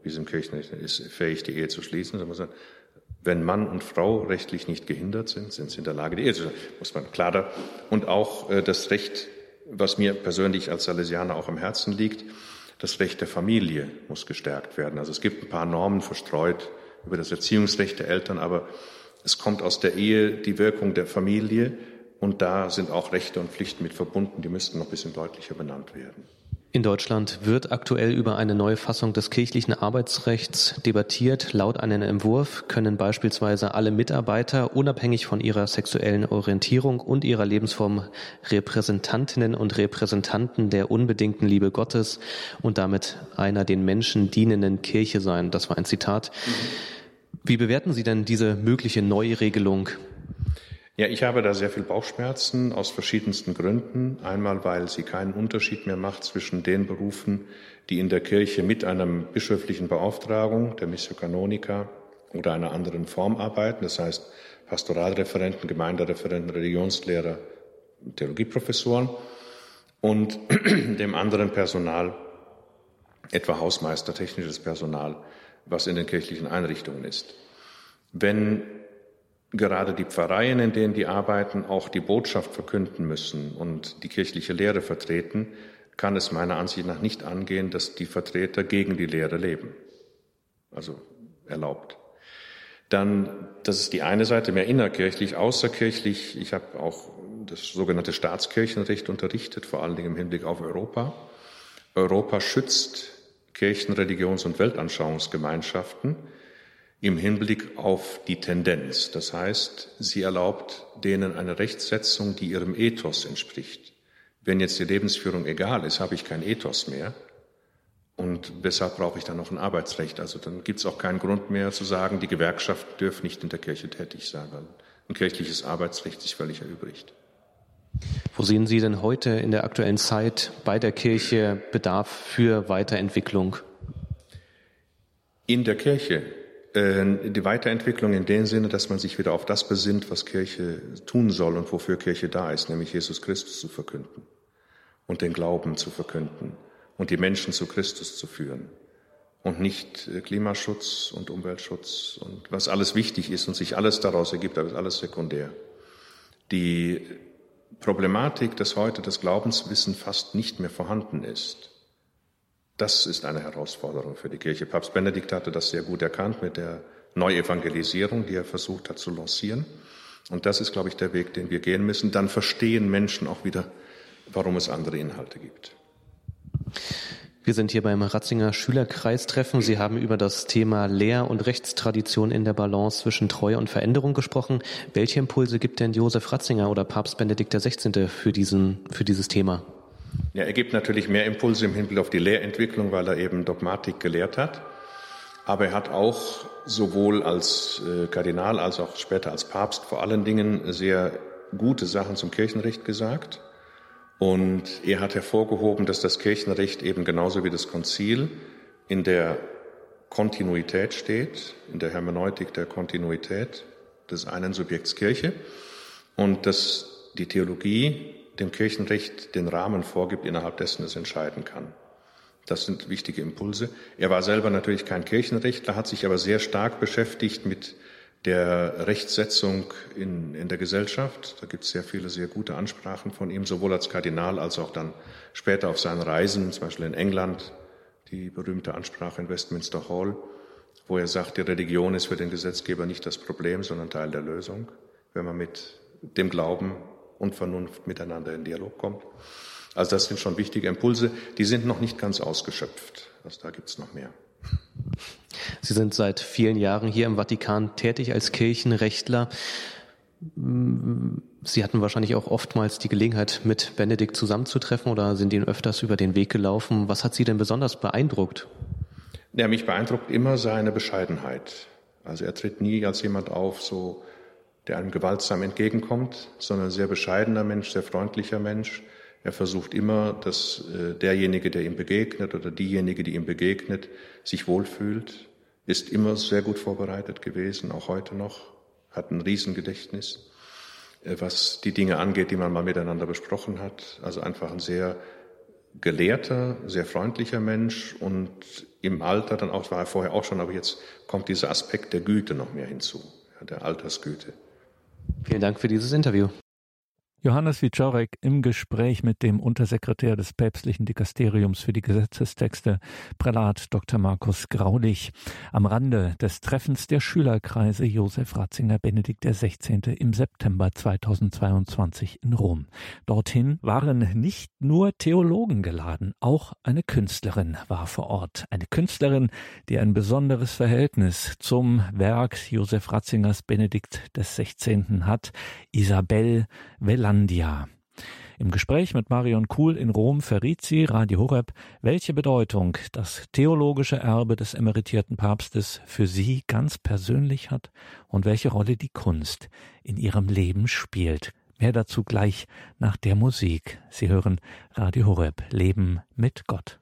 wie es im Kirchenrecht ist, fähig, die Ehe zu schließen. Da muss man sagen, wenn Mann und Frau rechtlich nicht gehindert sind, sind sie in der Lage, die Ehe zu schließen. Muss man klar da. Und auch das Recht, was mir persönlich als Salesianer auch am Herzen liegt, das Recht der Familie muss gestärkt werden. Also es gibt ein paar Normen verstreut über das Erziehungsrecht der Eltern, aber es kommt aus der Ehe die Wirkung der Familie und da sind auch Rechte und Pflichten mit verbunden, die müssten noch ein bisschen deutlicher benannt werden.
In Deutschland wird aktuell über eine neue Fassung des kirchlichen Arbeitsrechts debattiert. Laut einem Entwurf können beispielsweise alle Mitarbeiter unabhängig von ihrer sexuellen Orientierung und ihrer Lebensform Repräsentantinnen und Repräsentanten der unbedingten Liebe Gottes und damit einer den Menschen dienenden Kirche sein. Das war ein Zitat. Wie bewerten Sie denn diese mögliche Neuregelung?
Ja, ich habe da sehr viel Bauchschmerzen aus verschiedensten Gründen. Einmal, weil sie keinen Unterschied mehr macht zwischen den Berufen, die in der Kirche mit einer bischöflichen Beauftragung, der Missio Canonica oder einer anderen Form arbeiten. Das heißt Pastoralreferenten, Gemeindereferenten, Religionslehrer, Theologieprofessoren und dem anderen Personal, etwa Hausmeister, technisches Personal, was in den kirchlichen Einrichtungen ist. Wenn gerade die Pfarreien, in denen die arbeiten, auch die Botschaft verkünden müssen und die kirchliche Lehre vertreten, kann es meiner Ansicht nach nicht angehen, dass die Vertreter gegen die Lehre leben. Also erlaubt. Dann, das ist die eine Seite, mehr innerkirchlich, außerkirchlich. Ich habe auch das sogenannte Staatskirchenrecht unterrichtet, vor allen Dingen im Hinblick auf Europa. Europa schützt Kirchen-, Religions- und Weltanschauungsgemeinschaften im Hinblick auf die Tendenz. Das heißt, sie erlaubt denen eine Rechtsetzung, die ihrem Ethos entspricht. Wenn jetzt die Lebensführung egal ist, habe ich kein Ethos mehr und deshalb brauche ich dann noch ein Arbeitsrecht. Also dann gibt es auch keinen Grund mehr zu sagen, die Gewerkschaften dürfen nicht in der Kirche tätig sein, weil ein kirchliches Arbeitsrecht sich völlig erübrigt.
Wo sehen Sie denn heute in der aktuellen Zeit bei der Kirche Bedarf für Weiterentwicklung?
In der Kirche die Weiterentwicklung in dem Sinne, dass man sich wieder auf das besinnt, was Kirche tun soll und wofür Kirche da ist, nämlich Jesus Christus zu verkünden und den Glauben zu verkünden und die Menschen zu Christus zu führen und nicht Klimaschutz und Umweltschutz und was alles wichtig ist und sich alles daraus ergibt, aber ist alles sekundär. Die Problematik, dass heute das Glaubenswissen fast nicht mehr vorhanden ist, das ist eine Herausforderung für die Kirche. Papst Benedikt hatte das sehr gut erkannt mit der Neuevangelisierung, die er versucht hat zu lancieren. Und das ist, glaube ich, der Weg, den wir gehen müssen. Dann verstehen Menschen auch wieder, warum es andere Inhalte gibt.
Wir sind hier beim Ratzinger Schülerkreistreffen. Sie haben über das Thema Lehr- und Rechtstradition in der Balance zwischen Treue und Veränderung gesprochen. Welche Impulse gibt denn Josef Ratzinger oder Papst Benedikt XVI. für dieses Thema?
Ja, er gibt natürlich mehr Impulse im Hinblick auf die Lehrentwicklung, weil er eben Dogmatik gelehrt hat. Aber er hat auch sowohl als Kardinal als auch später als Papst vor allen Dingen sehr gute Sachen zum Kirchenrecht gesagt. Und er hat hervorgehoben, dass das Kirchenrecht eben genauso wie das Konzil in der Kontinuität steht, in der Hermeneutik der Kontinuität des einen Subjekts Kirche und dass die Theologie dem Kirchenrecht den Rahmen vorgibt, innerhalb dessen es entscheiden kann. Das sind wichtige Impulse. Er war selber natürlich kein Kirchenrechtler, hat sich aber sehr stark beschäftigt mit der Rechtsetzung in der Gesellschaft. Da gibt es sehr viele, sehr gute Ansprachen von ihm, sowohl als Kardinal als auch dann später auf seinen Reisen, zum Beispiel in England, die berühmte Ansprache in Westminster Hall, wo er sagt, die Religion ist für den Gesetzgeber nicht das Problem, sondern Teil der Lösung, wenn man mit dem Glauben und Vernunft miteinander in Dialog kommt. Also das sind schon wichtige Impulse, die sind noch nicht ganz ausgeschöpft. Also da gibt es noch mehr.
Sie sind seit vielen Jahren hier im Vatikan tätig als Kirchenrechtler. Sie hatten wahrscheinlich auch oftmals die Gelegenheit, mit Benedikt zusammenzutreffen oder sind Ihnen öfters über den Weg gelaufen. Was hat Sie denn besonders beeindruckt?
Ja, mich beeindruckt immer seine Bescheidenheit. Also er tritt nie als jemand auf, so der einem gewaltsam entgegenkommt, sondern ein sehr bescheidener Mensch, sehr freundlicher Mensch. Er versucht immer, dass derjenige, der ihm begegnet oder diejenige, die ihm begegnet, sich wohlfühlt, ist immer sehr gut vorbereitet gewesen, auch heute noch, hat ein Riesengedächtnis, was die Dinge angeht, die man mal miteinander besprochen hat. Also einfach ein sehr gelehrter, sehr freundlicher Mensch und im Alter, dann auch, war er vorher auch schon, aber jetzt kommt dieser Aspekt der Güte noch mehr hinzu, der Altersgüte.
Vielen Dank für dieses Interview.
Johannes Wieczorek im Gespräch mit dem Untersekretär des päpstlichen Dikasteriums für die Gesetzestexte, Prälat Dr. Markus Graulich, am Rande des Treffens der Schülerkreise Josef Ratzinger Benedikt XVI. Im September 2022 in Rom. Dorthin waren nicht nur Theologen geladen, auch eine Künstlerin war vor Ort. Eine Künstlerin, die ein besonderes Verhältnis zum Werk Josef Ratzingers Benedikt XVI. Hat, Isabel Wielandia. Im Gespräch mit Marion Kuhl in Rom verriet sie, Radio Horeb, welche Bedeutung das theologische Erbe des emeritierten Papstes für sie ganz persönlich hat und welche Rolle die Kunst in ihrem Leben spielt. Mehr dazu gleich nach der Musik. Sie hören Radio Horeb, Leben mit Gott.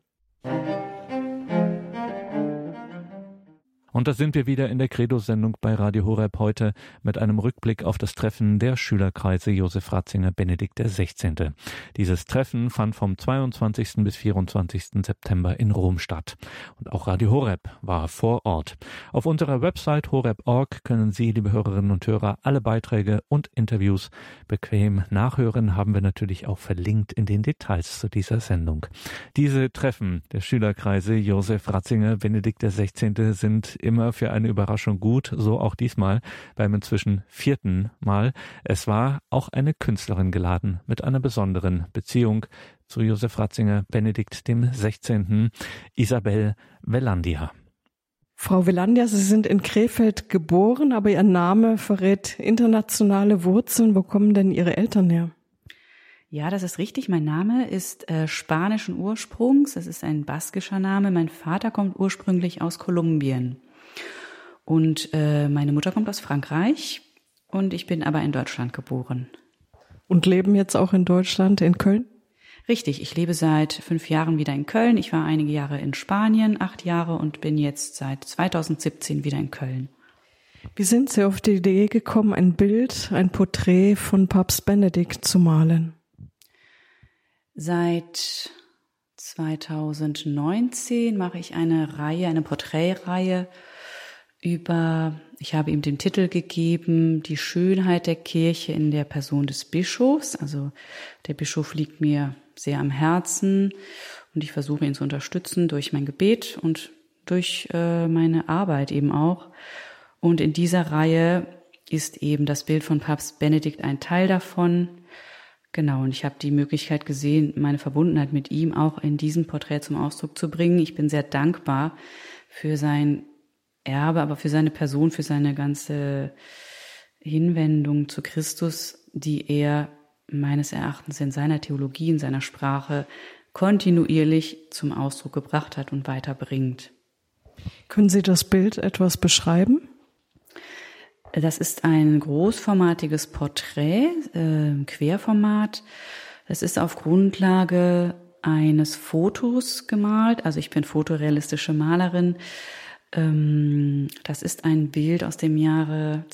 Und da sind wir wieder in der Credo-Sendung bei Radio Horeb heute mit einem Rückblick auf das Treffen der Schülerkreise Josef Ratzinger Benedikt XVI. Dieses Treffen fand vom 22. bis 24. September in Rom statt. Und auch Radio Horeb war vor Ort. Auf unserer Website horeb.org können Sie, liebe Hörerinnen und Hörer, alle Beiträge und Interviews bequem nachhören, haben wir natürlich auch verlinkt in den Details zu dieser Sendung. Diese Treffen der Schülerkreise Josef Ratzinger Benedikt XVI. Sind immer für eine Überraschung gut, so auch diesmal beim inzwischen 4. Mal. Es war auch eine Künstlerin geladen mit einer besonderen Beziehung zu Josef Ratzinger Benedikt XVI., Isabel Wielandia.
Frau Wielandia, Sie sind in Krefeld geboren, aber Ihr Name verrät internationale Wurzeln. Wo kommen denn Ihre Eltern her?
Ja, das ist richtig. Mein Name ist spanischen Ursprungs. Es ist ein baskischer Name. Mein Vater kommt ursprünglich aus Kolumbien. Und meine Mutter kommt aus Frankreich. Und ich bin aber in Deutschland geboren.
Und leben jetzt auch in Deutschland, in Köln?
Richtig, ich lebe seit 5 Jahren wieder in Köln. Ich war einige Jahre in Spanien, 8 Jahre, und bin jetzt seit 2017 wieder in Köln.
Wie sind Sie auf die Idee gekommen, ein Bild, ein Porträt von Papst Benedikt zu malen?
Seit 2019 mache ich eine Porträtreihe ich habe ihm den Titel gegeben, die Schönheit der Kirche in der Person des Bischofs. Also der Bischof liegt mir sehr am Herzen und ich versuche ihn zu unterstützen durch mein Gebet und durch meine Arbeit eben auch. Und in dieser Reihe ist eben das Bild von Papst Benedikt ein Teil davon. Genau, und ich habe die Möglichkeit gesehen, meine Verbundenheit mit ihm auch in diesem Porträt zum Ausdruck zu bringen. Ich bin sehr dankbar für sein Erbe, aber für seine Person, für seine ganze Hinwendung zu Christus, die er meines Erachtens in seiner Theologie, in seiner Sprache kontinuierlich zum Ausdruck gebracht hat und weiterbringt.
Können Sie das Bild etwas beschreiben?
Das ist ein großformatiges Porträt, Querformat. Es ist auf Grundlage eines Fotos gemalt. Also ich bin fotorealistische Malerin. Das ist ein Bild aus dem Jahre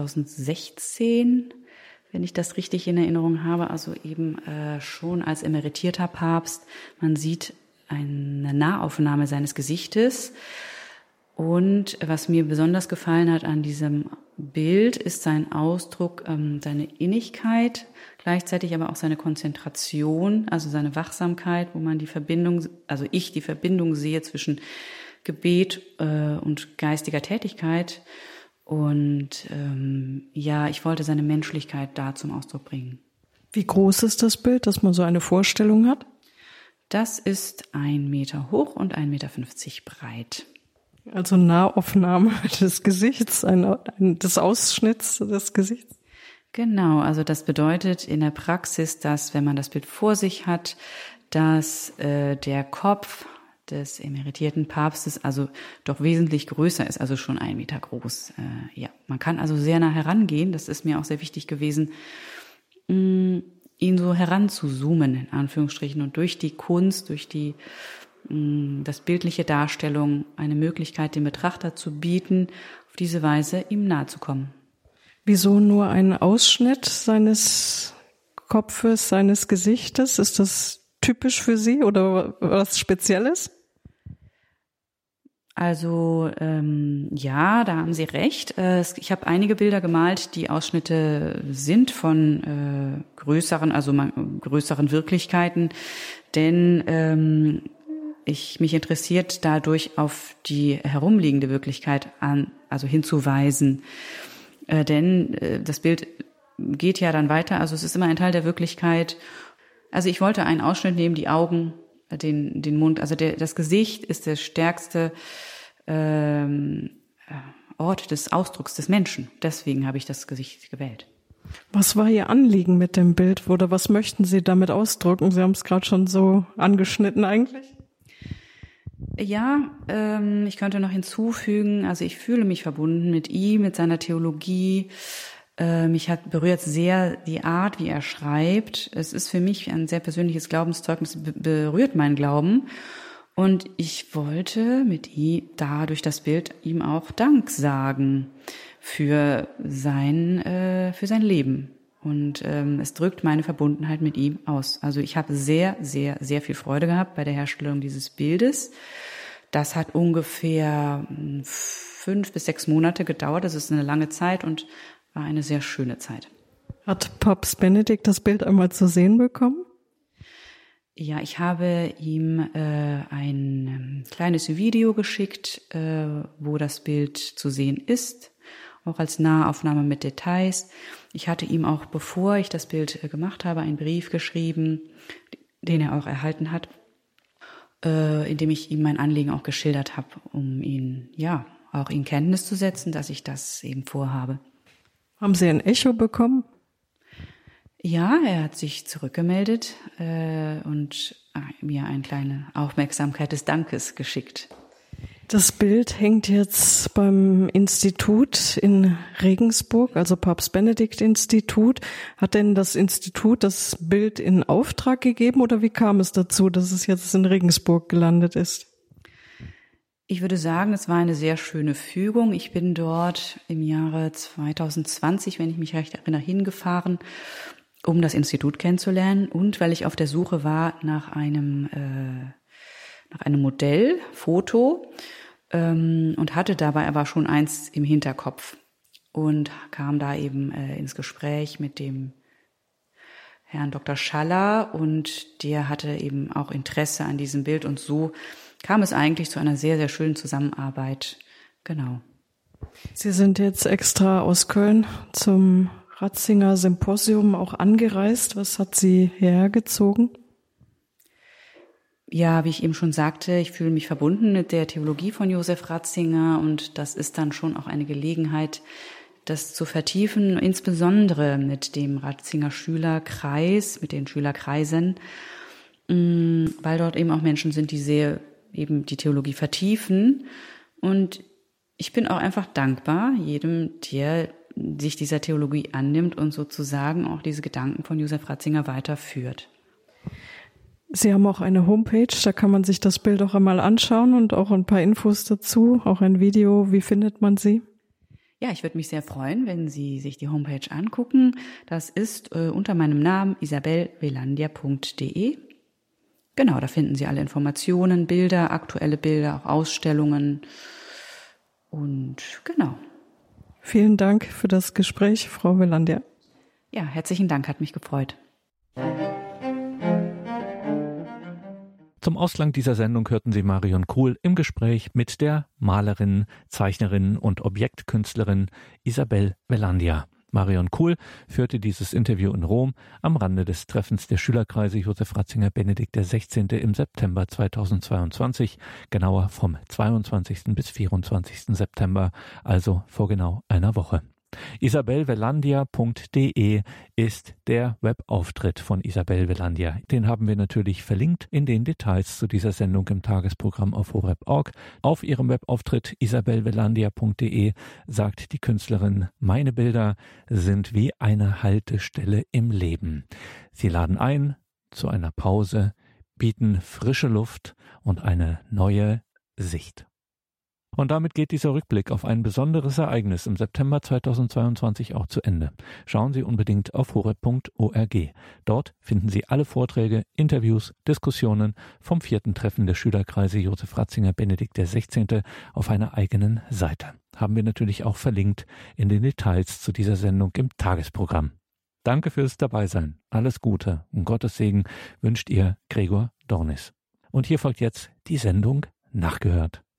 2016, wenn ich das richtig in Erinnerung habe. Also eben schon als emeritierter Papst. Man sieht eine Nahaufnahme seines Gesichtes. Und was mir besonders gefallen hat an diesem Bild, ist sein Ausdruck, seine Innigkeit, gleichzeitig aber auch seine Konzentration, also seine Wachsamkeit, wo man die Verbindung sehe zwischen Gebet und geistiger Tätigkeit. Und ich wollte seine Menschlichkeit da zum Ausdruck bringen.
Wie groß ist das Bild, dass man so eine Vorstellung hat?
Das ist 1 Meter hoch und 1,50 Meter breit.
Also Nahaufnahme des Gesichts, des Ausschnitts des Gesichts?
Genau, also das bedeutet in der Praxis, dass, wenn man das Bild vor sich hat, dass der Kopf des emeritierten Papstes also doch wesentlich größer ist, also schon 1 Meter groß. Man kann also sehr nah herangehen, das ist mir auch sehr wichtig gewesen, ihn so heranzuzoomen, in Anführungsstrichen, und durch die Kunst, durch das bildliche Darstellung eine Möglichkeit, dem Betrachter zu bieten, auf diese Weise ihm nahe zu kommen.
Wieso nur ein Ausschnitt seines Kopfes, seines Gesichtes? Ist das typisch für Sie oder was Spezielles?
Also ja, da haben Sie recht. Ich habe einige Bilder gemalt, die Ausschnitte sind von größeren Wirklichkeiten, denn mich interessiert dadurch auf die herumliegende Wirklichkeit hinzuweisen. Denn das Bild geht ja dann weiter, also es ist immer ein Teil der Wirklichkeit. Also ich wollte einen Ausschnitt nehmen, die Augen, den Mund, also das Gesicht ist der stärkste Ort des Ausdrucks des Menschen. Deswegen habe ich das Gesicht gewählt.
Was war Ihr Anliegen mit dem Bild oder was möchten Sie damit ausdrücken? Sie haben es gerade schon so angeschnitten eigentlich.
Ja, ich könnte noch hinzufügen, also ich fühle mich verbunden mit ihm, mit seiner Theologie. Mich berührt sehr die Art, wie er schreibt. Es ist für mich ein sehr persönliches Glaubenszeugnis, berührt meinen Glauben. Und ich wollte durch das Bild ihm auch Dank sagen für sein Leben. Und es drückt meine Verbundenheit mit ihm aus. Also ich habe sehr, sehr, sehr viel Freude gehabt bei der Herstellung dieses Bildes. Das hat ungefähr 5 bis 6 Monate gedauert. Das ist eine lange Zeit und war eine sehr schöne Zeit.
Hat Papst Benedikt das Bild einmal zu sehen bekommen?
Ja, ich habe ihm ein kleines Video geschickt, wo das Bild zu sehen ist, auch als Nahaufnahme mit Details. Ich hatte ihm auch, bevor ich das Bild gemacht habe, einen Brief geschrieben, den er auch erhalten hat, in dem ich ihm mein Anliegen auch geschildert habe, um ihn, auch in Kenntnis zu setzen, dass ich das eben vorhabe.
Haben Sie ein Echo bekommen?
Ja, er hat sich zurückgemeldet und mir eine kleine Aufmerksamkeit des Dankes geschickt.
Das Bild hängt jetzt beim Institut in Regensburg, also Papst Benedikt Institut. Hat denn das Institut das Bild in Auftrag gegeben oder wie kam es dazu, dass es jetzt in Regensburg gelandet ist?
Ich würde sagen, es war eine sehr schöne Fügung. Ich bin dort im Jahre 2020, wenn ich mich recht erinnere, hingefahren, um das Institut kennenzulernen und weil ich auf der Suche war nach einem Modellfoto und hatte dabei aber schon eins im Hinterkopf und kam da eben ins Gespräch mit dem Herrn Dr. Schaller und der hatte eben auch Interesse an diesem Bild und so kam es eigentlich zu einer sehr, sehr schönen Zusammenarbeit. Genau.
Sie sind jetzt extra aus Köln zum Ratzinger Symposium auch angereist. Was hat Sie hergezogen?
Ja, wie ich eben schon sagte, ich fühle mich verbunden mit der Theologie von Josef Ratzinger und das ist dann schon auch eine Gelegenheit, das zu vertiefen, insbesondere mit dem Ratzinger Schülerkreis, mit den Schülerkreisen, weil dort eben auch Menschen sind, die sehr eben die Theologie vertiefen. Und ich bin auch einfach dankbar jedem, der sich dieser Theologie annimmt und sozusagen auch diese Gedanken von Josef Ratzinger weiterführt.
Sie haben auch eine Homepage, da kann man sich das Bild auch einmal anschauen und auch ein paar Infos dazu, auch ein Video. Wie findet man sie?
Ja, ich würde mich sehr freuen, wenn Sie sich die Homepage angucken. Das ist unter meinem Namen isabelvelandia.de. Genau, da finden Sie alle Informationen, Bilder, aktuelle Bilder, auch Ausstellungen und genau.
Vielen Dank für das Gespräch, Frau Velandia.
Ja, herzlichen Dank, hat mich gefreut.
Zum Ausklang dieser Sendung hörten Sie Marion Kuhl im Gespräch mit der Malerin, Zeichnerin und Objektkünstlerin Isabel Velandia. Marion Kuhl führte dieses Interview in Rom am Rande des Treffens der Schülerkreise Josef Ratzinger Benedikt XVI. Im September 2022, genauer vom 22. bis 24. September, also vor genau einer Woche. isabelvelandia.de ist der Webauftritt von Isabel Velandia. Den haben wir natürlich verlinkt in den Details zu dieser Sendung im Tagesprogramm auf horeb.org. Auf ihrem Webauftritt isabelvelandia.de sagt die Künstlerin: Meine Bilder sind wie eine Haltestelle im Leben. Sie laden ein zu einer Pause, bieten frische Luft und eine neue Sicht. Und damit geht dieser Rückblick auf ein besonderes Ereignis im September 2022 auch zu Ende. Schauen Sie unbedingt auf horeb.org. Dort finden Sie alle Vorträge, Interviews, Diskussionen vom 4. Treffen der Schülerkreise Josef Ratzinger Benedikt XVI. Auf einer eigenen Seite. Haben wir natürlich auch verlinkt in den Details zu dieser Sendung im Tagesprogramm. Danke fürs Dabeisein. Alles Gute und Gottes Segen wünscht Ihr Gregor Dornis. Und hier folgt jetzt die Sendung Nachgehört.